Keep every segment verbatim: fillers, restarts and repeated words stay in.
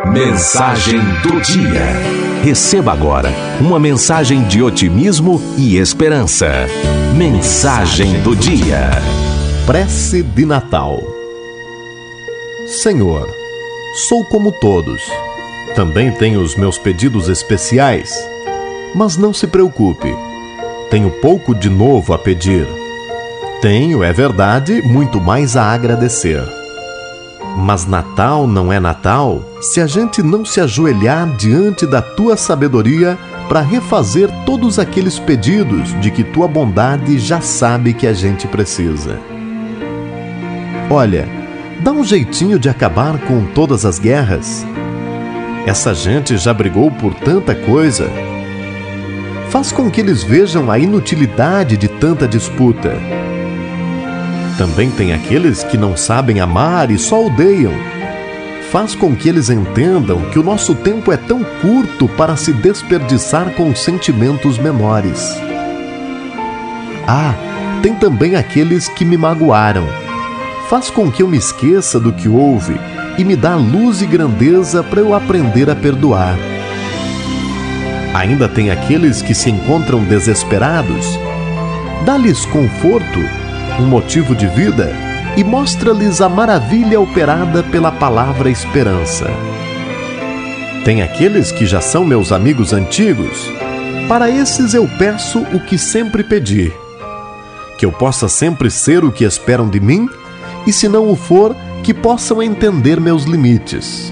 Mensagem do dia. Receba agora uma mensagem de otimismo e esperança. Mensagem do dia. Prece de Natal. Senhor, sou como todos. Também tenho os meus pedidos especiais. Mas não se preocupe. Tenho pouco de novo a pedir. Tenho, é verdade, muito mais a agradecer. Mas Natal não é Natal se a gente não se ajoelhar diante da tua sabedoria para refazer todos aqueles pedidos de que tua bondade já sabe que a gente precisa. Olha, dá um jeitinho de acabar com todas as guerras. Essa gente já brigou por tanta coisa. Faz com que eles vejam a inutilidade de tanta disputa. Também tem aqueles que não sabem amar e só odeiam. Faz com que eles entendam que o nosso tempo é tão curto para se desperdiçar com sentimentos menores. Ah, tem também aqueles que me magoaram. Faz com que eu me esqueça do que houve e me dá luz e grandeza para eu aprender a perdoar. Ainda tem aqueles que se encontram desesperados. Dá-lhes conforto, um motivo de vida e mostra-lhes a maravilha operada pela palavra esperança. Tem aqueles que já são meus amigos antigos. Para esses eu peço o que sempre pedi: que eu possa sempre ser o que esperam de mim e, se não o for, que possam entender meus limites.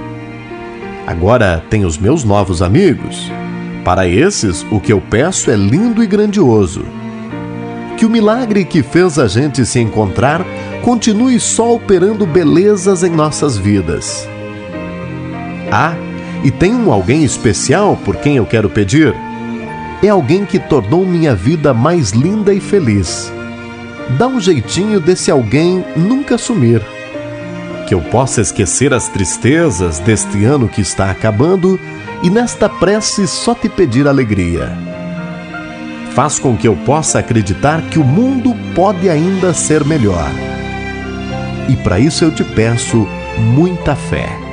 Agora tem os meus novos amigos. Para esses, o que eu peço é lindo e grandioso: que o milagre que fez a gente se encontrar continue só operando belezas em nossas vidas. Ah, e tem um alguém especial por quem eu quero pedir. É alguém que tornou minha vida mais linda e feliz. Dá um jeitinho desse alguém nunca sumir. Que eu possa esquecer as tristezas deste ano que está acabando e nesta prece só te pedir alegria. Faz com que eu possa acreditar que o mundo pode ainda ser melhor. E para isso eu te peço muita fé.